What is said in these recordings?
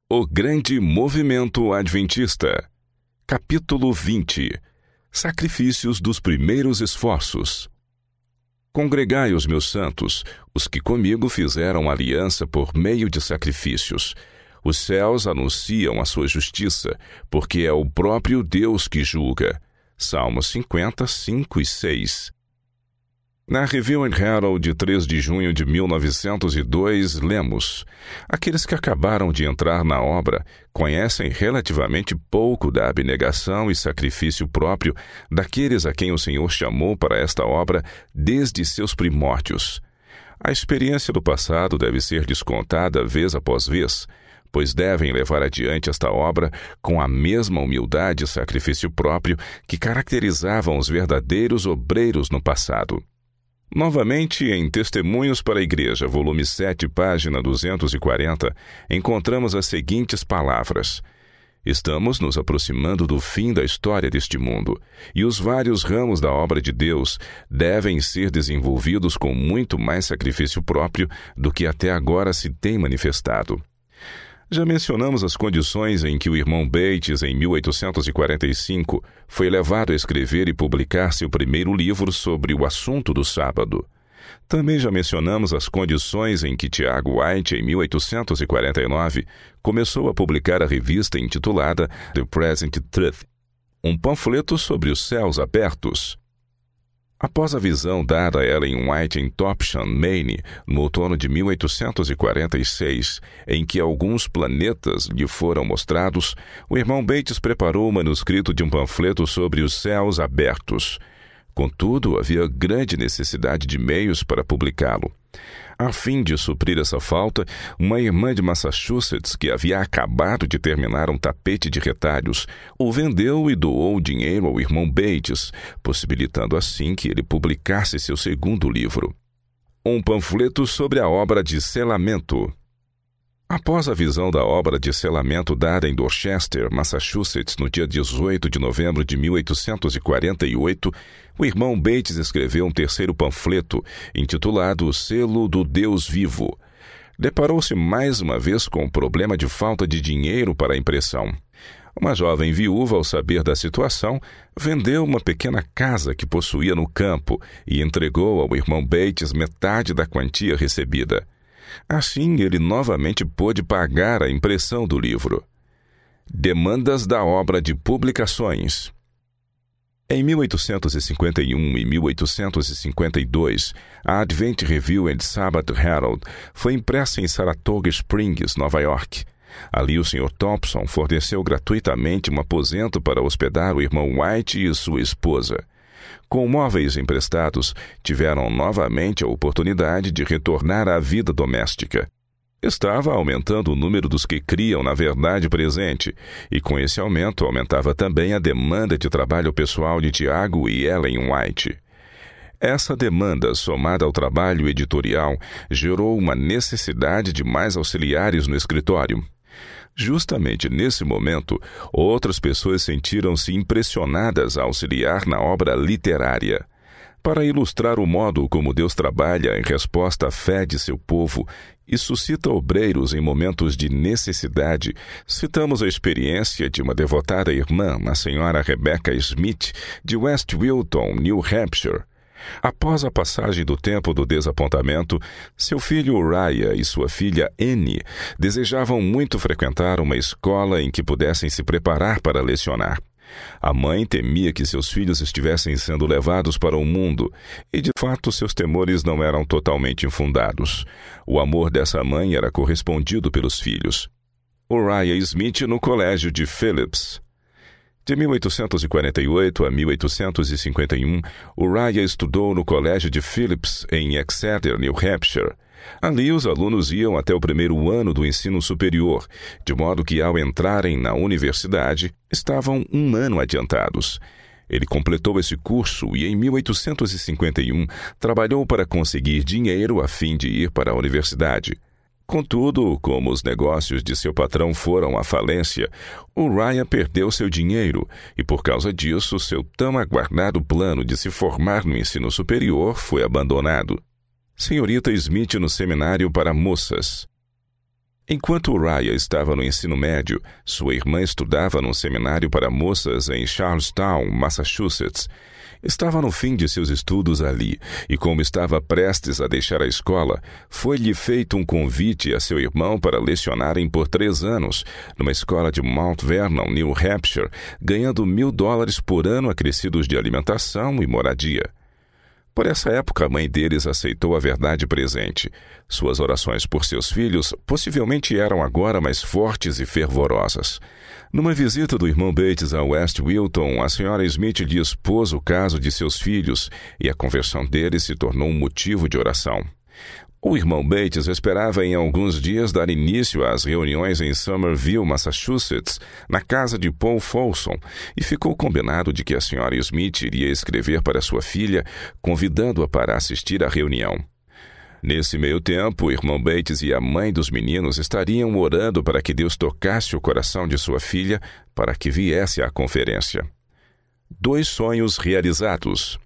O Grande Movimento Adventista. Capítulo 20. Sacrifícios dos primeiros esforços. Congregai os meus santos, os que comigo fizeram aliança por meio de sacrifícios. Os céus anunciam a sua justiça, porque é o próprio Deus que julga. Salmos 50, 5 e 6. Na Review and Herald de 3 de junho de 1902, lemos: aqueles que acabaram de entrar na obra conhecem relativamente pouco da abnegação e sacrifício próprio daqueles a quem o Senhor chamou para esta obra desde seus primórdios. A experiência do passado deve ser descontada vez após vez, pois devem levar adiante esta obra com a mesma humildade e sacrifício próprio que caracterizavam os verdadeiros obreiros no passado. Novamente, em Testemunhos para a Igreja, volume 7, página 240, encontramos as seguintes palavras: estamos nos aproximando do fim da história deste mundo, e os vários ramos da obra de Deus devem ser desenvolvidos com muito mais sacrifício próprio do que até agora se tem manifestado. Já mencionamos as condições em que o irmão Bates, em 1845, foi levado a escrever e publicar seu primeiro livro sobre o assunto do sábado. Também já mencionamos as condições em que Tiago White, em 1849, começou a publicar a revista intitulada The Present Truth, um panfleto sobre os céus abertos. Após a visão dada a Ellen White em Topsham, Maine, no outono de 1846, em que alguns planetas lhe foram mostrados, o irmão Bates preparou o manuscrito de um panfleto sobre os céus abertos. Contudo, havia grande necessidade de meios para publicá-lo. A fim de suprir essa falta, uma irmã de Massachusetts, que havia acabado de terminar um tapete de retalhos, o vendeu e doou dinheiro ao irmão Bates, possibilitando assim que ele publicasse seu segundo livro. Um panfleto sobre a obra de selamento. Após a visão da obra de selamento dada em Dorchester, Massachusetts, no dia 18 de novembro de 1848, o irmão Bates escreveu um terceiro panfleto, intitulado O Selo do Deus Vivo. Deparou-se mais uma vez com o problema de falta de dinheiro para a impressão. Uma jovem viúva, ao saber da situação, vendeu uma pequena casa que possuía no campo e entregou ao irmão Bates metade da quantia recebida. Assim, ele novamente pôde pagar a impressão do livro. Demandas da obra de publicações. Em 1851 e 1852, a Advent Review and Sabbath Herald foi impressa em Saratoga Springs, Nova York. Ali, o Sr. Thompson forneceu gratuitamente um aposento para hospedar o irmão White e sua esposa. Com móveis emprestados, tiveram novamente a oportunidade de retornar à vida doméstica. Estava aumentando o número dos que criam na verdade presente, e com esse aumento aumentava também a demanda de trabalho pessoal de Tiago e Ellen White. Essa demanda, somada ao trabalho editorial, gerou uma necessidade de mais auxiliares no escritório. Justamente nesse momento, outras pessoas sentiram-se impressionadas a auxiliar na obra literária. Para ilustrar o modo como Deus trabalha em resposta à fé de seu povo e suscita obreiros em momentos de necessidade, citamos a experiência de uma devotada irmã, a senhora Rebecca Smith, de West Wilton, New Hampshire. Após a passagem do tempo do desapontamento, seu filho Uriah e sua filha Annie desejavam muito frequentar uma escola em que pudessem se preparar para lecionar. A mãe temia que seus filhos estivessem sendo levados para o mundo, e de fato seus temores não eram totalmente infundados. O amor dessa mãe era correspondido pelos filhos. Uriah Smith no colégio de Phillips. De 1848 a 1851, Uriah estudou no colégio de Phillips, em Exeter, New Hampshire. Ali, os alunos iam até o primeiro ano do ensino superior, de modo que, ao entrarem na universidade, estavam um ano adiantados. Ele completou esse curso e, em 1851, trabalhou para conseguir dinheiro a fim de ir para a universidade. Contudo, como os negócios de seu patrão foram à falência, Uriah perdeu seu dinheiro e, por causa disso, seu tão aguardado plano de se formar no ensino superior foi abandonado. Senhorita Smith no seminário para moças. Enquanto Uriah estava no ensino médio, sua irmã estudava num seminário para moças em Charlestown, Massachusetts. Estava no fim de seus estudos ali, e como estava prestes a deixar a escola, foi-lhe feito um convite a seu irmão para lecionarem por 3 anos, numa escola de Mount Vernon, New Hampshire, ganhando $1.000 por ano acrescidos de alimentação e moradia. Por essa época, a mãe deles aceitou a verdade presente. Suas orações por seus filhos possivelmente eram agora mais fortes e fervorosas. Numa visita do irmão Bates a West Wilton, a senhora Smith lhe expôs o caso de seus filhos e a conversão deles se tornou um motivo de oração. O irmão Bates esperava em alguns dias dar início às reuniões em Somerville, Massachusetts, na casa de Paul Folsom, e ficou combinado de que a senhora Smith iria escrever para sua filha, convidando-a para assistir à reunião. Nesse meio tempo, o irmão Bates e a mãe dos meninos estariam orando para que Deus tocasse o coração de sua filha para que viesse à conferência. 2 sonhos realizados.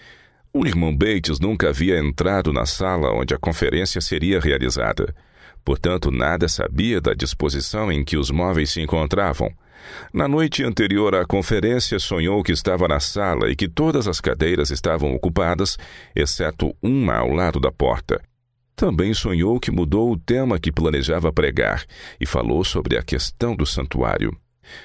O irmão Bates nunca havia entrado na sala onde a conferência seria realizada. Portanto, nada sabia da disposição em que os móveis se encontravam. Na noite anterior à conferência, sonhou que estava na sala e que todas as cadeiras estavam ocupadas, exceto uma ao lado da porta. Também sonhou que mudou o tema que planejava pregar e falou sobre a questão do santuário.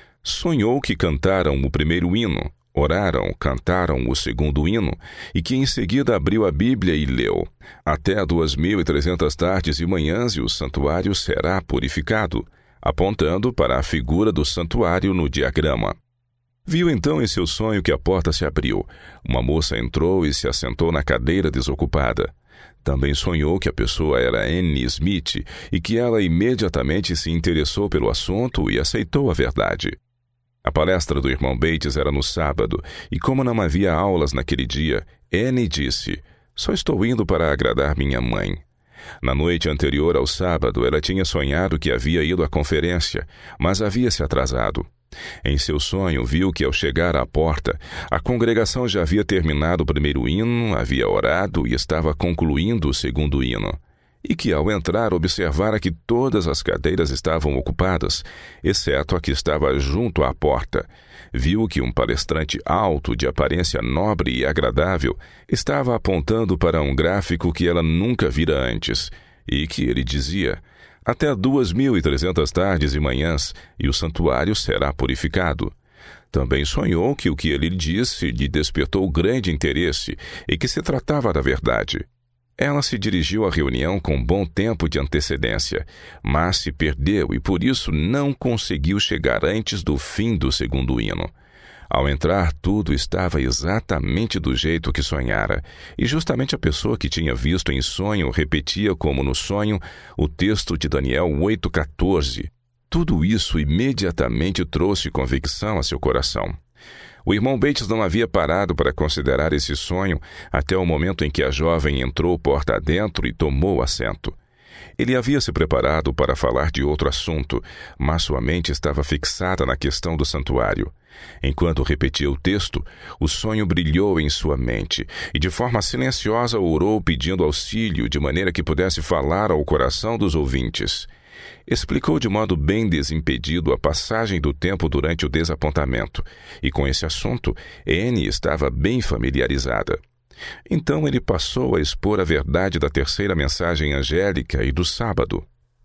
Sonhou que cantaram o primeiro hino, oraram, cantaram o segundo hino e que em seguida abriu a Bíblia e leu: até 2.300 tardes e manhãs e o santuário será purificado, apontando para a figura do santuário no diagrama. Viu então em seu sonho que a porta se abriu. Uma moça entrou e se assentou na cadeira desocupada. Também sonhou que a pessoa era Annie Smith e que ela imediatamente se interessou pelo assunto e aceitou a verdade. A palestra do irmão Bates era no sábado, e como não havia aulas naquele dia, Annie disse: só estou indo para agradar minha mãe. Na noite anterior ao sábado, ela tinha sonhado que havia ido à conferência, mas havia se atrasado. Em seu sonho, viu que ao chegar à porta, a congregação já havia terminado o primeiro hino, havia orado e estava concluindo o segundo hino. E que ao entrar observara que todas as cadeiras estavam ocupadas, exceto a que estava junto à porta. Viu que um palestrante alto, de aparência nobre e agradável, estava apontando para um gráfico que ela nunca vira antes, e que ele dizia: até 2.300 tardes e manhãs, e o santuário será purificado. Também sonhou que o que ele disse lhe despertou grande interesse e que se tratava da verdade. Ela se dirigiu à reunião com bom tempo de antecedência, mas se perdeu e por isso não conseguiu chegar antes do fim do segundo hino. Ao entrar, tudo estava exatamente do jeito que sonhara, e justamente a pessoa que tinha visto em sonho repetia como no sonho o texto de Daniel 8,14. Tudo isso imediatamente trouxe convicção a seu coração. O irmão Bates não havia parado para considerar esse sonho até o momento em que a jovem entrou porta adentro e tomou assento. Ele havia se preparado para falar de outro assunto, mas sua mente estava fixada na questão do santuário. Enquanto repetia o texto, o sonho brilhou em sua mente e de forma silenciosa orou pedindo auxílio de maneira que pudesse falar ao coração dos ouvintes. Explicou de modo bem desimpedido a passagem do tempo durante o desapontamento, e com esse assunto, Annie estava bem familiarizada. Então ele passou a expor a verdade da terceira mensagem angélica e do sábado.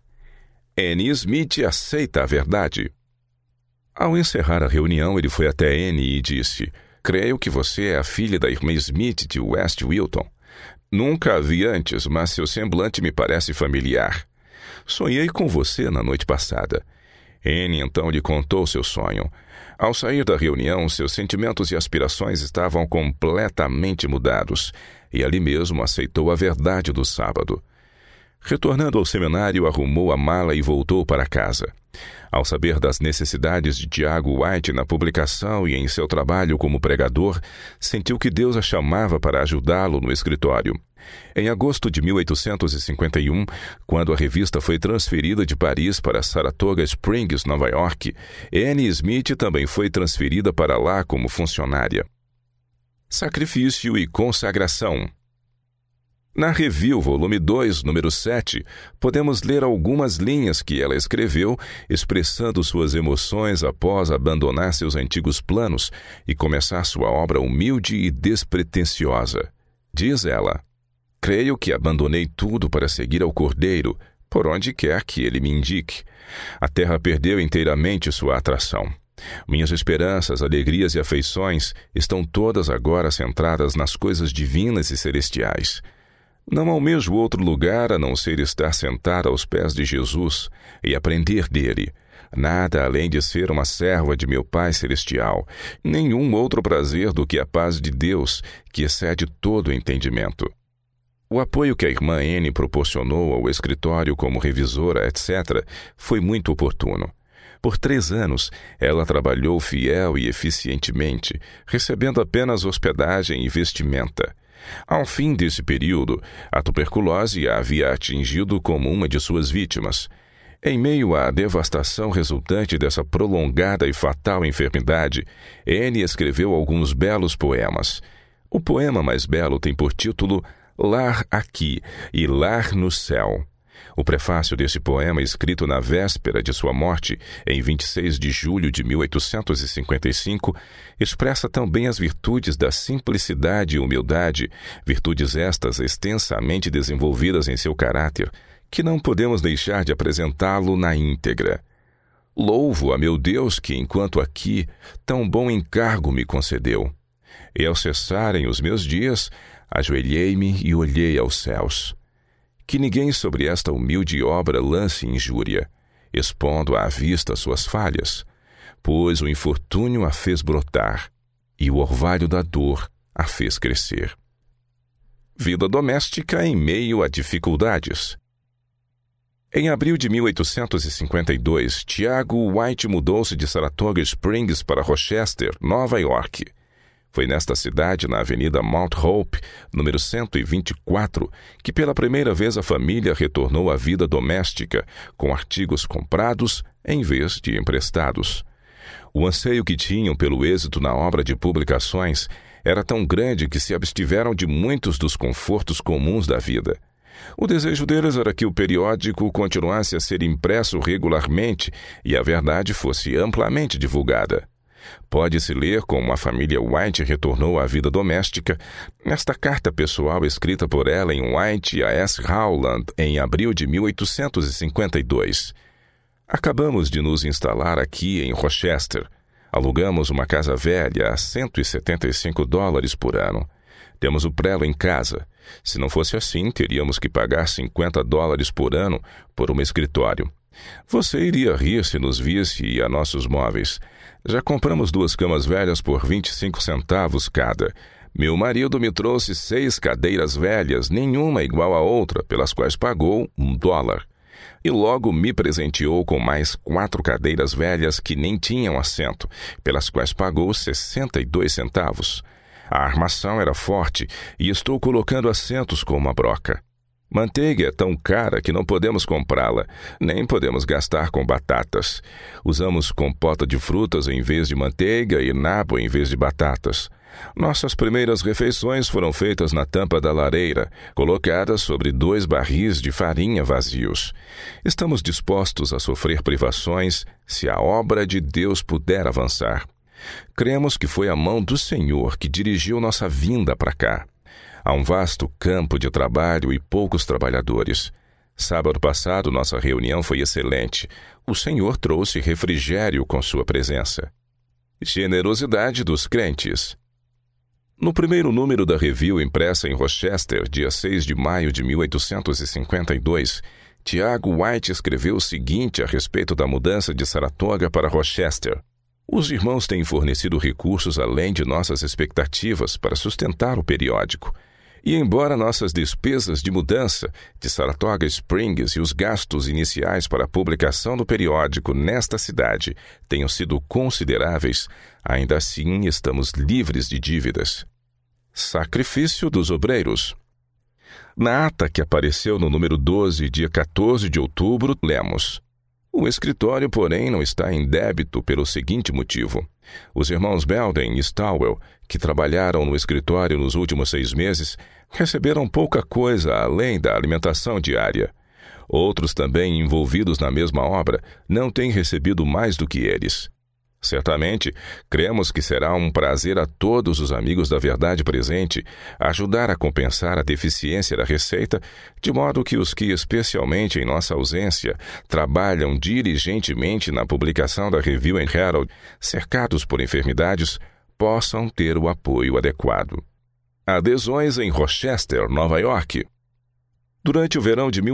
Annie Smith aceita a verdade. Ao encerrar a reunião, ele foi até Annie e disse: creio que você é a filha da irmã Smith de West Wilton. Nunca a vi antes, mas seu semblante me parece familiar. Sonhei com você na noite passada. Annie então lhe contou seu sonho. Ao sair da reunião, seus sentimentos e aspirações estavam completamente mudados, e ali mesmo aceitou a verdade do sábado. Retornando ao seminário, arrumou a mala e voltou para casa. Ao saber das necessidades de Tiago White na publicação e em seu trabalho como pregador, sentiu que Deus a chamava para ajudá-lo no escritório. Em agosto de 1851, quando a revista foi transferida de Paris para Saratoga Springs, Nova York, Annie Smith também foi transferida para lá como funcionária. Sacrifício e consagração. Na Review, volume 2, número 7, podemos ler algumas linhas que ela escreveu, expressando suas emoções após abandonar seus antigos planos e começar sua obra humilde e despretensiosa. Diz ela: "Creio que abandonei tudo para seguir ao Cordeiro, por onde quer que ele me indique. A terra perdeu inteiramente sua atração. Minhas esperanças, alegrias e afeições estão todas agora centradas nas coisas divinas e celestiais. Não almejo outro lugar a não ser estar sentado aos pés de Jesus e aprender dele. Nada além de ser uma serva de meu Pai Celestial. Nenhum outro prazer do que a paz de Deus, que excede todo o entendimento." O apoio que a irmã Anne proporcionou ao escritório como revisora, etc., foi muito oportuno. Por 3 anos, ela trabalhou fiel e eficientemente, recebendo apenas hospedagem e vestimenta. Ao fim desse período, a tuberculose a havia atingido como uma de suas vítimas. Em meio à devastação resultante dessa prolongada e fatal enfermidade, Anne escreveu alguns belos poemas. O poema mais belo tem por título Lar Aqui e Lar no Céu. O prefácio desse poema, escrito na véspera de sua morte, em 26 de julho de 1855, expressa também as virtudes da simplicidade e humildade, virtudes estas extensamente desenvolvidas em seu caráter, que não podemos deixar de apresentá-lo na íntegra. "Louvo a meu Deus que, enquanto aqui, tão bom encargo me concedeu. E ao cessarem os meus dias, ajoelhei-me e olhei aos céus. Que ninguém sobre esta humilde obra lance injúria, expondo à vista suas falhas, pois o infortúnio a fez brotar e o orvalho da dor a fez crescer." Vida doméstica em meio a dificuldades. Em abril de 1852, Tiago White mudou-se de Saratoga Springs para Rochester, Nova York. Foi nesta cidade, na Avenida Mount Hope, número 124, que pela primeira vez a família retornou à vida doméstica, com artigos comprados em vez de emprestados. O anseio que tinham pelo êxito na obra de publicações era tão grande que se abstiveram de muitos dos confortos comuns da vida. O desejo deles era que o periódico continuasse a ser impresso regularmente e a verdade fosse amplamente divulgada. Pode-se ler como a família White retornou à vida doméstica nesta carta pessoal escrita por Ellen White a S. Howland em abril de 1852. "Acabamos de nos instalar aqui em Rochester. Alugamos uma casa velha a $175 por ano. Temos o prelo em casa. Se não fosse assim, teríamos que pagar $50 por ano por um escritório. Você iria rir se nos visse a nossos móveis. Já compramos 2 camas velhas por 25 centavos cada. Meu marido me trouxe 6 cadeiras velhas, nenhuma igual à outra, pelas quais pagou $1. E logo me presenteou com mais 4 cadeiras velhas que nem tinham assento, pelas quais pagou 62 centavos. A armação era forte e estou colocando assentos com uma broca. Manteiga é tão cara que não podemos comprá-la, nem podemos gastar com batatas. Usamos compota de frutas em vez de manteiga e nabo em vez de batatas. Nossas primeiras refeições foram feitas na tampa da lareira, colocadas sobre 2 barris de farinha vazios. Estamos dispostos a sofrer privações se a obra de Deus puder avançar. Cremos que foi a mão do Senhor que dirigiu nossa vinda para cá. Há um vasto campo de trabalho e poucos trabalhadores. Sábado passado, nossa reunião foi excelente. O Senhor trouxe refrigério com sua presença. Generosidade dos crentes. No primeiro número da Review impressa em Rochester, dia 6 de maio de 1852, Tiago White escreveu o seguinte a respeito da mudança de Saratoga para Rochester. Os irmãos têm fornecido recursos além de nossas expectativas para sustentar o periódico. E embora nossas despesas de mudança de Saratoga Springs e os gastos iniciais para a publicação do periódico nesta cidade tenham sido consideráveis, ainda assim estamos livres de dívidas. Sacrifício dos obreiros. Na ata que apareceu no número 12, dia 14 de outubro, lemos: O escritório, porém, não está em débito pelo seguinte motivo. Os irmãos Belden e Stowell, que trabalharam no escritório nos últimos 6 meses, receberam pouca coisa além da alimentação diária. Outros também envolvidos na mesma obra não têm recebido mais do que eles. Certamente, cremos que será um prazer a todos os amigos da Verdade Presente ajudar a compensar a deficiência da receita, de modo que os que, especialmente em nossa ausência, trabalham diligentemente na publicação da Review and Herald, cercados por enfermidades, possam ter o apoio adequado. Adesões em Rochester, Nova York. Durante o verão de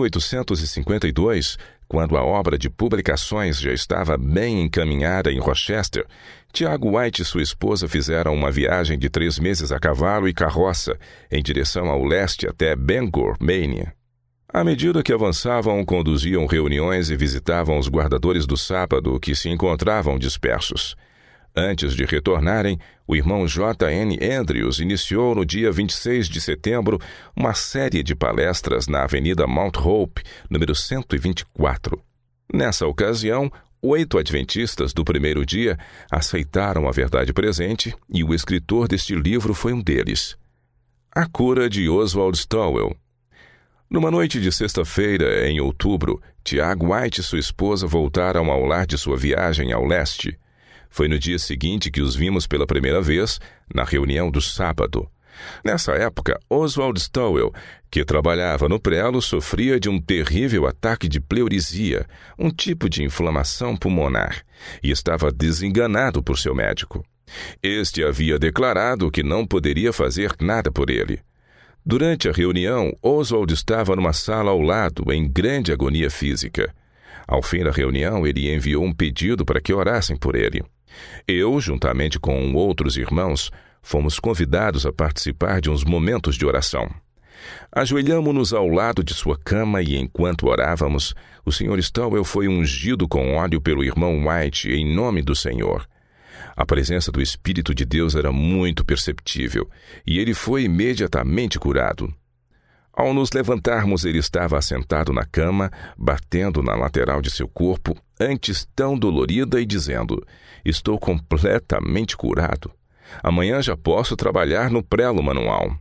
1852, quando a obra de publicações já estava bem encaminhada em Rochester, Tiago White e sua esposa fizeram uma viagem de 3 meses a cavalo e carroça em direção ao leste até Bangor, Maine. À medida que avançavam, conduziam reuniões e visitavam os guardadores do sábado que se encontravam dispersos. Antes de retornarem, o irmão J.N. Andrews iniciou no dia 26 de setembro uma série de palestras na Avenida Mount Hope, número 124. Nessa ocasião, 8 adventistas do primeiro dia aceitaram a Verdade Presente e o escritor deste livro foi um deles. A cura de Oswald Stowell. Numa noite de sexta-feira, em outubro, Tiago White e sua esposa voltaram ao lar de sua viagem ao leste. Foi no dia seguinte que os vimos pela primeira vez, na reunião do sábado. Nessa época, Oswald Stowell, que trabalhava no prelo, sofria de um terrível ataque de pleurisia, um tipo de inflamação pulmonar, e estava desenganado por seu médico. Este havia declarado que não poderia fazer nada por ele. Durante a reunião, Oswald estava numa sala ao lado, em grande agonia física. Ao fim da reunião, ele enviou um pedido para que orassem por ele. Eu, juntamente com outros irmãos, fomos convidados a participar de uns momentos de oração. Ajoelhamo-nos ao lado de sua cama e, enquanto orávamos, o Sr. Stowell foi ungido com óleo pelo irmão White em nome do Senhor. A presença do Espírito de Deus era muito perceptível e ele foi imediatamente curado. Ao nos levantarmos, ele estava assentado na cama, batendo na lateral de seu corpo, antes tão dolorida, e dizendo: "Estou completamente curado. Amanhã já posso trabalhar no prelo manual."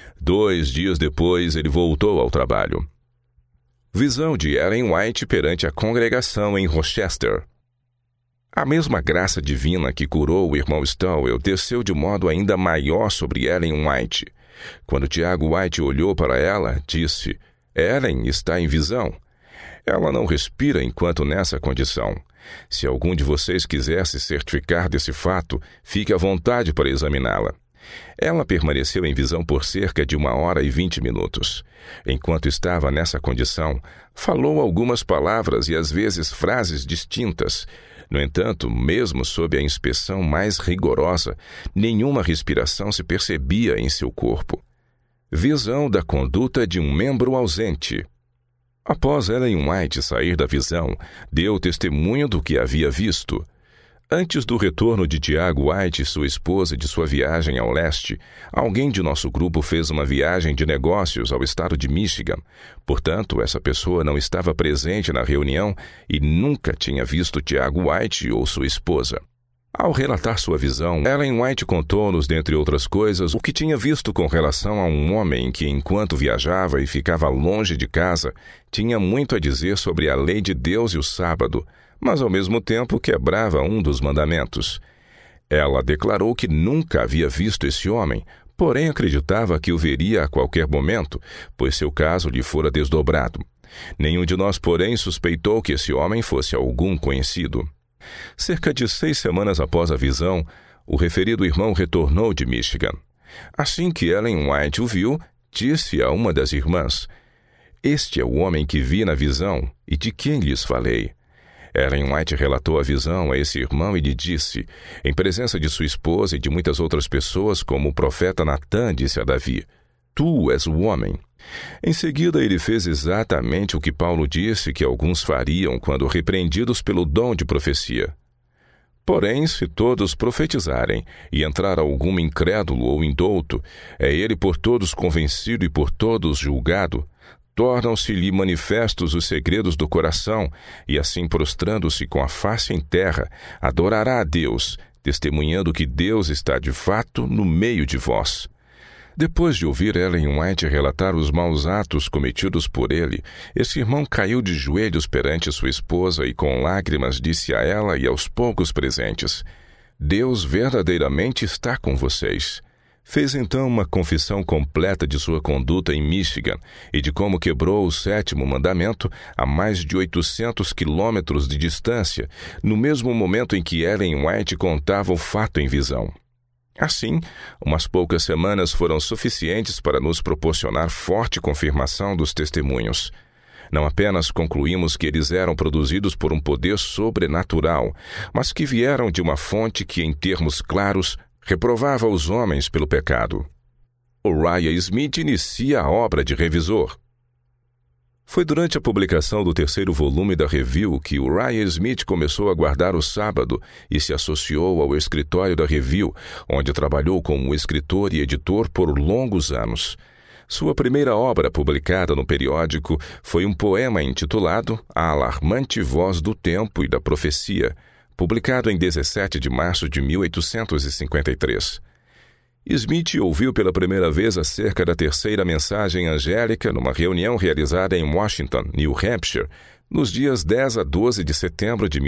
2 dias depois, ele voltou ao trabalho. Visão de Ellen White perante a congregação em Rochester. A mesma graça divina que curou o irmão Stowell desceu de modo ainda maior sobre Ellen White. Quando Tiago White olhou para ela, disse: "Ellen está em visão. Ela não respira enquanto nessa condição. Se algum de vocês quiser se certificar desse fato, fique à vontade para examiná-la." Ela permaneceu em visão por cerca de 1 hora e 20 minutos. Enquanto estava nessa condição, falou algumas palavras e às vezes frases distintas. No entanto, mesmo sob a inspeção mais rigorosa, nenhuma respiração se percebia em seu corpo. Visão da conduta de um membro ausente. Após Ellen White sair da visão, deu testemunho do que havia visto. Antes do retorno de Tiago White e sua esposa de sua viagem ao leste, alguém de nosso grupo fez uma viagem de negócios ao estado de Michigan. Portanto, essa pessoa não estava presente na reunião e nunca tinha visto Tiago White ou sua esposa. Ao relatar sua visão, Ellen White contou-nos, dentre outras coisas, o que tinha visto com relação a um homem que, enquanto viajava e ficava longe de casa, tinha muito a dizer sobre a lei de Deus e o sábado, mas ao mesmo tempo quebrava um dos mandamentos. Ela declarou que nunca havia visto esse homem, porém acreditava que o veria a qualquer momento, pois seu caso lhe fora desdobrado. Nenhum de nós, porém, suspeitou que esse homem fosse algum conhecido. Cerca de 6 semanas após a visão, o referido irmão retornou de Michigan. Assim que Ellen White o viu, disse a uma das irmãs: "Este é o homem que vi na visão e de quem lhes falei." Ellen White relatou a visão a esse irmão e lhe disse, em presença de sua esposa e de muitas outras pessoas, como o profeta Natã disse a Davi: "Tu és o homem." Em seguida, ele fez exatamente o que Paulo disse que alguns fariam quando repreendidos pelo dom de profecia. Porém, se todos profetizarem e entrar algum incrédulo ou indouto, é ele por todos convencido e por todos julgado, tornam-se-lhe manifestos os segredos do coração, e assim, prostrando-se com a face em terra, adorará a Deus, testemunhando que Deus está de fato no meio de vós. Depois de ouvir Ellen White relatar os maus atos cometidos por ele, esse irmão caiu de joelhos perante sua esposa e com lágrimas disse a ela e aos poucos presentes: Deus verdadeiramente está com vocês. Fez então uma confissão completa de sua conduta em Michigan e de como quebrou o 7º mandamento a mais de 800 quilômetros de distância, no mesmo momento em que Ellen White contava o fato em visão. Assim, umas poucas semanas foram suficientes para nos proporcionar forte confirmação dos testemunhos. Não apenas concluímos que eles eram produzidos por um poder sobrenatural, mas que vieram de uma fonte que, em termos claros, reprovava os homens pelo pecado. Uriah Smith inicia a obra de revisor. Foi durante a publicação do 3º volume da Review que Uriah Smith começou a guardar o sábado e se associou ao escritório da Review, onde trabalhou como escritor e editor por longos anos. Sua primeira obra publicada no periódico foi um poema intitulado A Alarmante Voz do Tempo e da Profecia, publicado em 17 de março de 1853. Smith ouviu pela primeira vez acerca da terceira mensagem angélica numa reunião realizada em Washington, New Hampshire, nos dias 10 a 12 de setembro de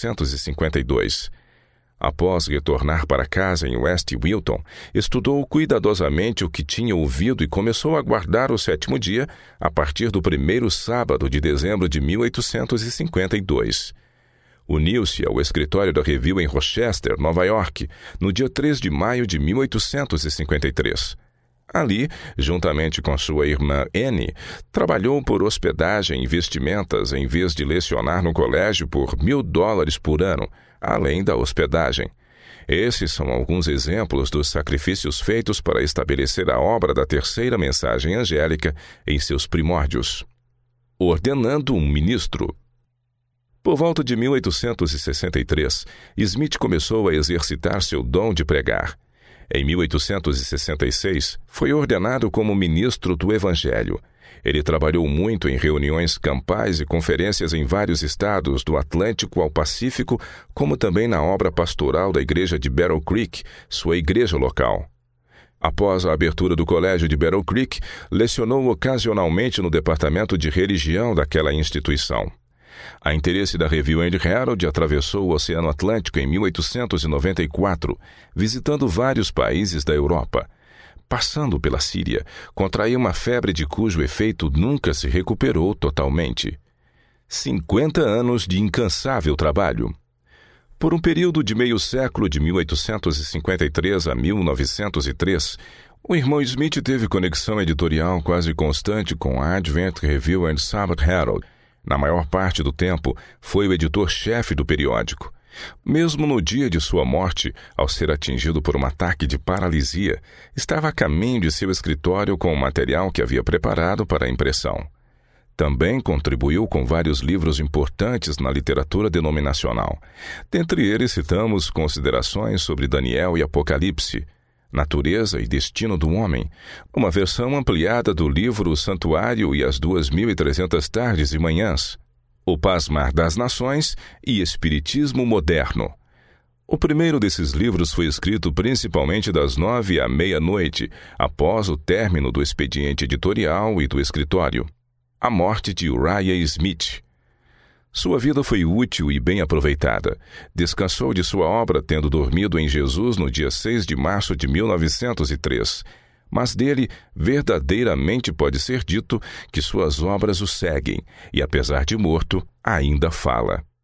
1852. Após retornar para casa em West Wilton, estudou cuidadosamente o que tinha ouvido e começou a guardar o 7º dia a partir do primeiro sábado de dezembro de 1852. Uniu-se ao escritório da Review em Rochester, Nova York, no dia 3 de maio de 1853. Ali, juntamente com sua irmã Anne, trabalhou por hospedagem e vestimentas em vez de lecionar no colégio por $1.000 por ano, além da hospedagem. Esses são alguns exemplos dos sacrifícios feitos para estabelecer a obra da terceira mensagem angélica em seus primórdios. Ordenando um ministro. Por volta de 1863, Smith começou a exercitar seu dom de pregar. Em 1866, foi ordenado como ministro do Evangelho. Ele trabalhou muito em reuniões campais e conferências em vários estados, do Atlântico ao Pacífico, como também na obra pastoral da igreja de Battle Creek, sua igreja local. Após a abertura do colégio de Battle Creek, lecionou ocasionalmente no departamento de religião daquela instituição. A interesse da Review and Herald atravessou o Oceano Atlântico em 1894, visitando vários países da Europa. Passando pela Síria, contraiu uma febre de cujo efeito nunca se recuperou totalmente. 50 anos de incansável trabalho. Por um período de meio século, de 1853 a 1903, o irmão Smith teve conexão editorial quase constante com a Advent Review and Sabbath Herald. Na maior parte do tempo, foi o editor-chefe do periódico. Mesmo no dia de sua morte, ao ser atingido por um ataque de paralisia, estava a caminho de seu escritório com o material que havia preparado para a impressão. Também contribuiu com vários livros importantes na literatura denominacional. Dentre eles citamos Considerações sobre Daniel e Apocalipse, Natureza e Destino do Homem, uma versão ampliada do livro O Santuário e as 2.300 Tardes e Manhãs, O Pasmar das Nações e Espiritismo Moderno. O primeiro desses livros foi escrito principalmente das 9 à meia-noite, após o término do expediente editorial e do escritório. A morte de Uriah Smith. Sua vida foi útil e bem aproveitada. Descansou de sua obra tendo dormido em Jesus no dia 6 de março de 1903. Mas dele verdadeiramente pode ser dito que suas obras o seguem e, apesar de morto, ainda fala.